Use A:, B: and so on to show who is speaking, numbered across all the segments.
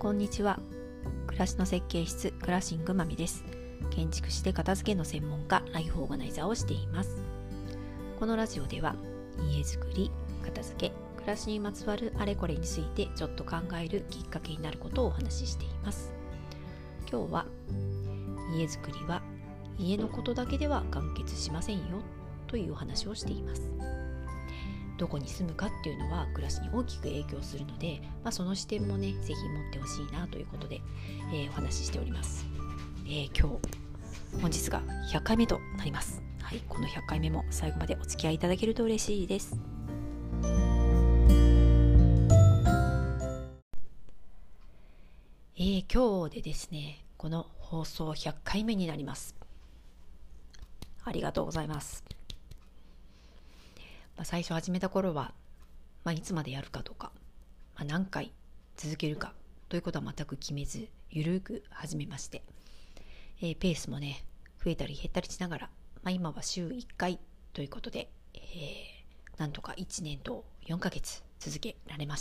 A: こんにちは。暮らしの設計室クラシングまみです。建築士で片付けの専門家、ライフオーガナイザーをしています。このラジオでは家づくり、片付け、暮らしにまつわるあれこれについてちょっと考えるきっかけになることをお話ししています。今日は家づくりは家のことだけでは完結しませんよというお話をしています。どこに住むかっていうのは暮らしに大きく影響するので、その視点もね、ぜひ持ってほしいなということで、お話ししております。本日が100回目となります。はい、この100回目も最後までお付き合いいただけると嬉しいです。今日でですね、この放送100回目になります。ありがとうございます。最初始めた頃は、いつまでやるかとか、何回続けるかということは全く決めず、ゆるく始めまして、ペースもね、増えたり減ったりしながら、今は週1回ということで、なんとか1年と4ヶ月続けられました。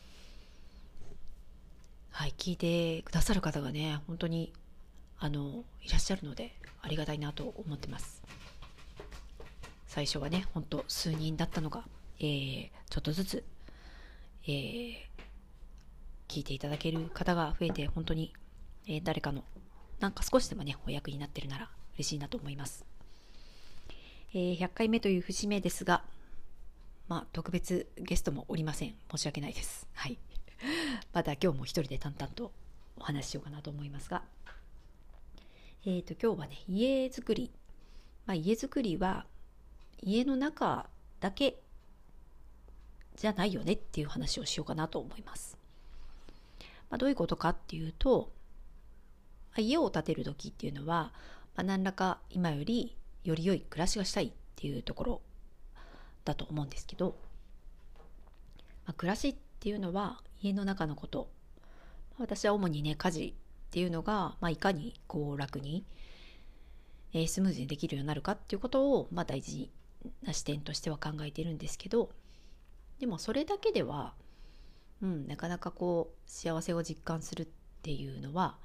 A: はい、聞いてくださる方がね、本当にいらっしゃるのでありがたいなと思ってます。最初はね、ほんと数人だったのが、ちょっとずつ、聞いていただける方が増えて、本当に、誰かのなんか少しでもね、お役になってるなら嬉しいなと思います。100回目という節目ですが、特別ゲストもおりません。申し訳ないです。はい。また今日も一人で淡々とお話ししようかなと思いますが、今日はね、家づくり。家づくりは家の中だけじゃないよねっていう話をしようかなと思います。どういうことかっていうと、家を建てる時っていうのは、何らか今よりより良い暮らしがしたいっていうところだと思うんですけど、暮らしっていうのは家の中のこと、私は主にね、家事っていうのが、いかに楽に、スムーズにできるようになるかっていうことを、大事な視点としては考えているんですけど、でもそれだけでは、なかなか幸せを実感するっていうのは、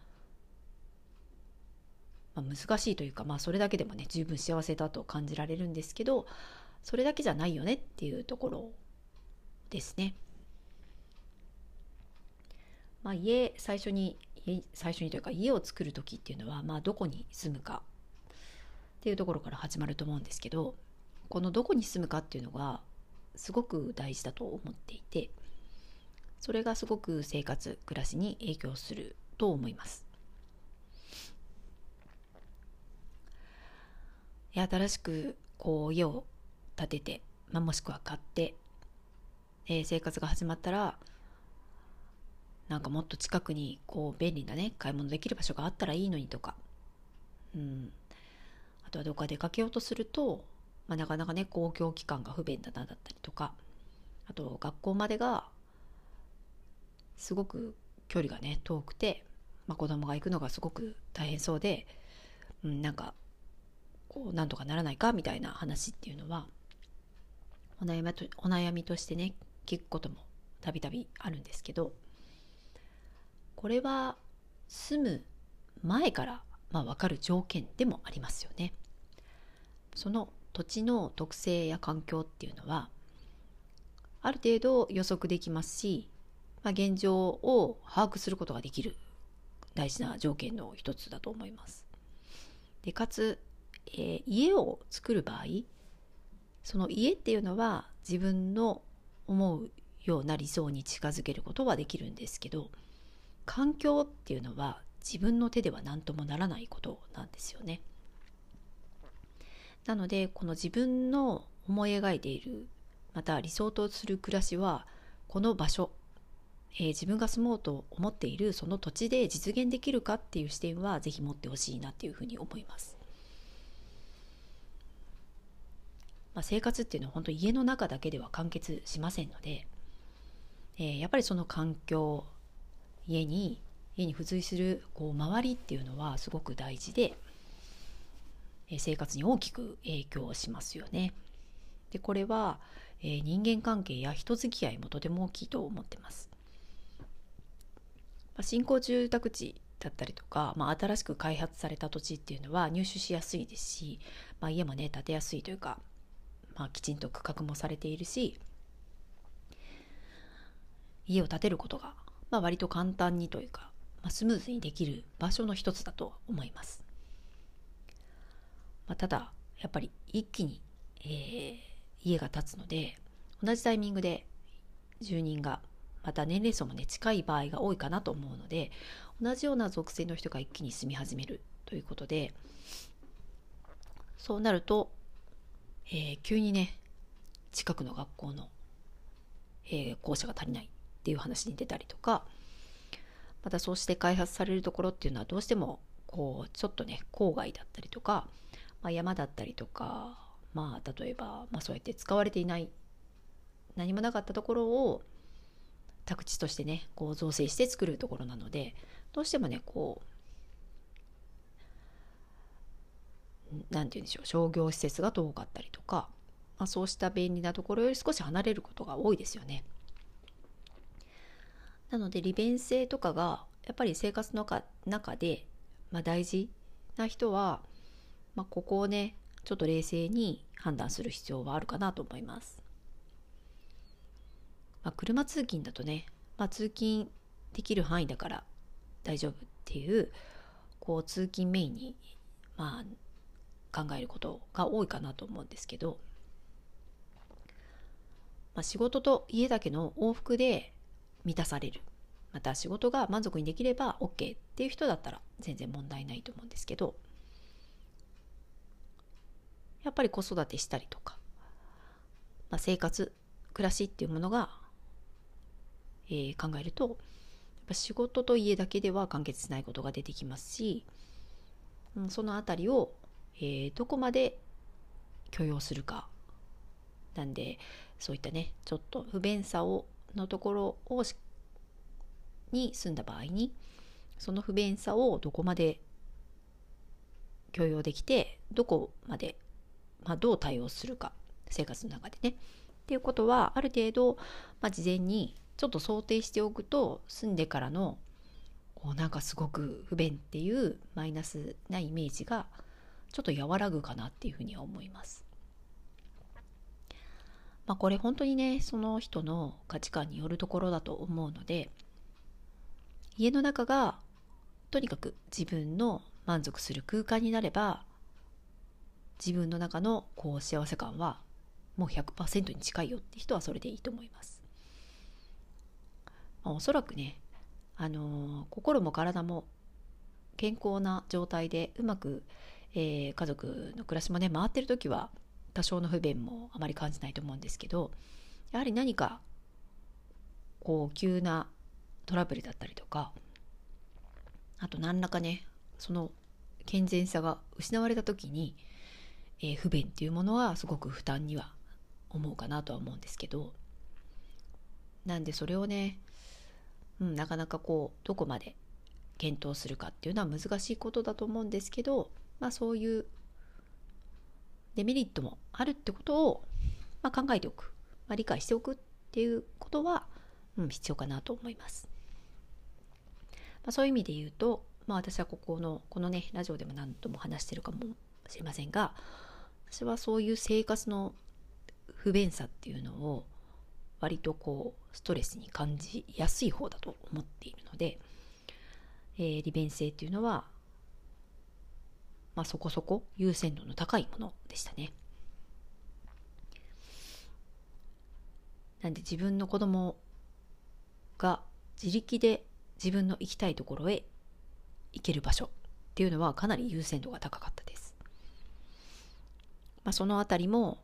A: 難しいというか、それだけでもね、十分幸せだと感じられるんですけど、それだけじゃないよねっていうところですね。最初にというか、家を作る時っていうのは、どこに住むかっていうところから始まると思うんですけど、このどこに住むかっていうのがすごく大事だと思っていて、それがすごく生活、暮らしに影響すると思います。新しく家を建てて、もしくは買って、生活が始まったら、なんかもっと近くに便利なね、買い物できる場所があったらいいのにとか、あとはどこか出かけようとすると、なかなかね、公共機関が不便だなだったりとか、あと学校までがすごく距離がね、遠くて、子供が行くのがすごく大変そうで、なんとかならないかみたいな話っていうのはお悩みとしてね、聞くこともたびたびあるんですけど、これは住む前から分かる条件でもありますよね。その土地の特性や環境っていうのはある程度予測できますし、現状を把握することができる大事な条件の一つだと思います。でかつ、家を作る場合、その家っていうのは自分の思うような理想に近づけることはできるんですけど、環境っていうのは自分の手では何ともならないことなんですよね。なので、この自分の思い描いている、また理想とする暮らしはこの場所、自分が住もうと思っているその土地で実現できるかっていう視点はぜひ持ってほしいなっていうふうに思います。生活っていうのは本当に家の中だけでは完結しませんので、やっぱりその環境、家に付随する周りっていうのはすごく大事で、生活に大きく影響しますよね。でこれは、人間関係や人付き合いもとても大きいと思ってます。 新興住宅地だったりとか、新しく開発された土地っていうのは入手しやすいですし、家もね建てやすいというか、きちんと区画もされているし、家を建てることが、割と簡単にというか、スムーズにできる場所の一つだと思います。ただやっぱり一気に、家が建つので、同じタイミングで住人が、また年齢層もね近い場合が多いかなと思うので、同じような属性の人が一気に住み始めるということで、そうなると、急にね近くの学校の、校舎が足りないっていう話に出たりとか、またそうして開発されるところっていうのはどうしてもちょっとね郊外だったりとか、山だったりとか、例えば、そうやって使われていない何もなかったところを宅地としてね造成して作るところなので、どうしてもねなんて言うんでしょう、商業施設が遠かったりとか、そうした便利なところより少し離れることが多いですよね。なので利便性とかがやっぱり生活の中で、大事な人は、ここをねちょっと冷静に判断する必要はあるかなと思います。車通勤だとね、通勤できる範囲だから大丈夫っていう、通勤メインに、考えることが多いかなと思うんですけど、仕事と家だけの往復で満たされる、また仕事が満足にできれば OK っていう人だったら全然問題ないと思うんですけど、やっぱり子育てしたりとか、生活暮らしっていうものが、考えると、やっぱ仕事と家だけでは完結しないことが出てきますし、そのあたりを、どこまで許容するかなんで、そういったねちょっと不便さのところに住んだ場合に、その不便さをどこまで許容できて、どこまで、どう対応するか、生活の中でねっていうことはある程度、事前にちょっと想定しておくと、住んでからのなんかすごく不便っていうマイナスなイメージがちょっと和らぐかなっていうふうには思います。これ本当にねその人の価値観によるところだと思うので、家の中がとにかく自分の満足する空間になれば、自分の中の幸せ感はもう 100% に近いよって人はそれでいいと思います。おそらくね、心も体も健康な状態でうまく、家族の暮らしもね回ってる時は多少の不便もあまり感じないと思うんですけど、やはり何か急なトラブルだったりとか、あと何らかねその健全さが失われた時に、不便っていうものはすごく負担には思うかなとは思うんですけど、なんでそれをね、なかなかどこまで検討するかっていうのは難しいことだと思うんですけど、そういうデメリットもあるってことを、考えておく、理解しておくっていうことは、必要かなと思います。そういう意味で言うと、私はこのねラジオでも何度も話してるかもしれませんが、私はそういう生活の不便さっていうのを割とストレスに感じやすい方だと思っているので、利便性っていうのは、そこそこ優先度の高いものでしたね。なんで自分の子供が自力で自分の行きたいところへ行ける場所っていうのはかなり優先度が高かったです。そのあたりも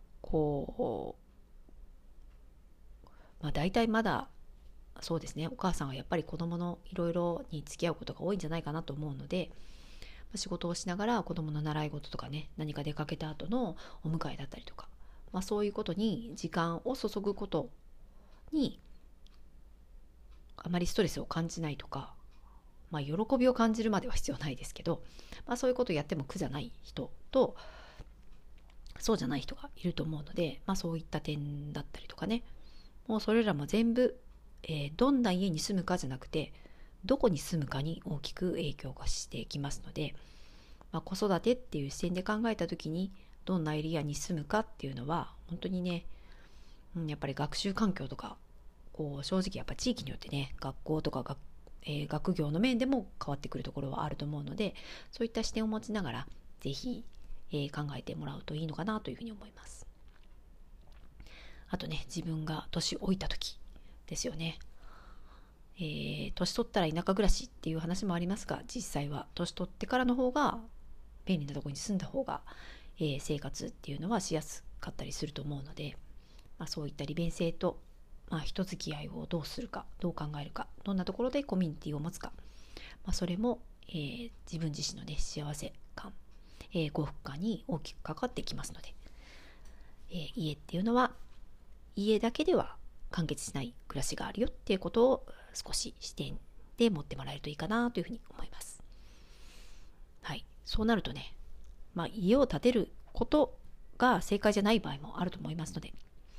A: 大体まだそうですね、お母さんはやっぱり子供のいろいろに付き合うことが多いんじゃないかなと思うので、仕事をしながら子供の習い事とかね、何か出かけた後のお迎えだったりとか、そういうことに時間を注ぐことにあまりストレスを感じないとか、喜びを感じるまでは必要ないですけど、そういうことをやっても苦じゃない人とそうじゃない人がいると思うので、そういった点だったりとかね、もうそれらも全部、どんな家に住むかじゃなくて、 どこに住むかに大きく影響がしてきますので、子育てっていう視点で考えた時にどんなエリアに住むかっていうのは本当にね、やっぱり学習環境とか正直やっぱ地域によってね、学校とか学業の面でも変わってくるところはあると思うので、そういった視点を持ちながらぜひ、考えてもらうといいのかなというふうに思います。あとね、自分が年老いた時ですよね。年取ったら田舎暮らしっていう話もありますが、実際は年取ってからの方が便利なところに住んだ方が、生活っていうのはしやすかったりすると思うので、そういった利便性と、人付き合いをどうするか、どう考えるか、どんなところでコミュニティを持つか、それも、自分自身のね、幸せ感、幸福感に大きく関わってきますので、家っていうのは家だけでは完結しない暮らしがあるよっていうことを少し視点で持ってもらえるといいかなというふうに思います。はい、そうなるとね、家を建てることが正解じゃない場合もあると思いますので、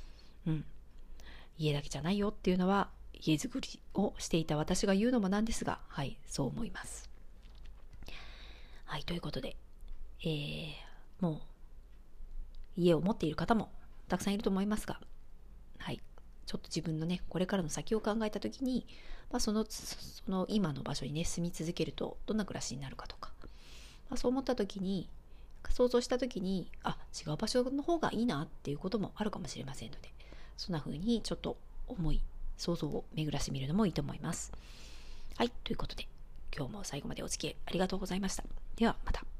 A: 家だけじゃないよっていうのは家づくりをしていた私が言うのもなんですが、はい、そう思います。はい、ということで、もう家を持っている方もたくさんいると思いますが、はい、ちょっと自分のね、これからの先を考えたときに、その今の場所にね、住み続けるとどんな暮らしになるかとか、そう思ったときに、想像したときに、違う場所の方がいいなっていうこともあるかもしれませんので、そんな風にちょっと想像を巡らしてみるのもいいと思います。はい、ということで、今日も最後までお付き合いありがとうございました。ではまた。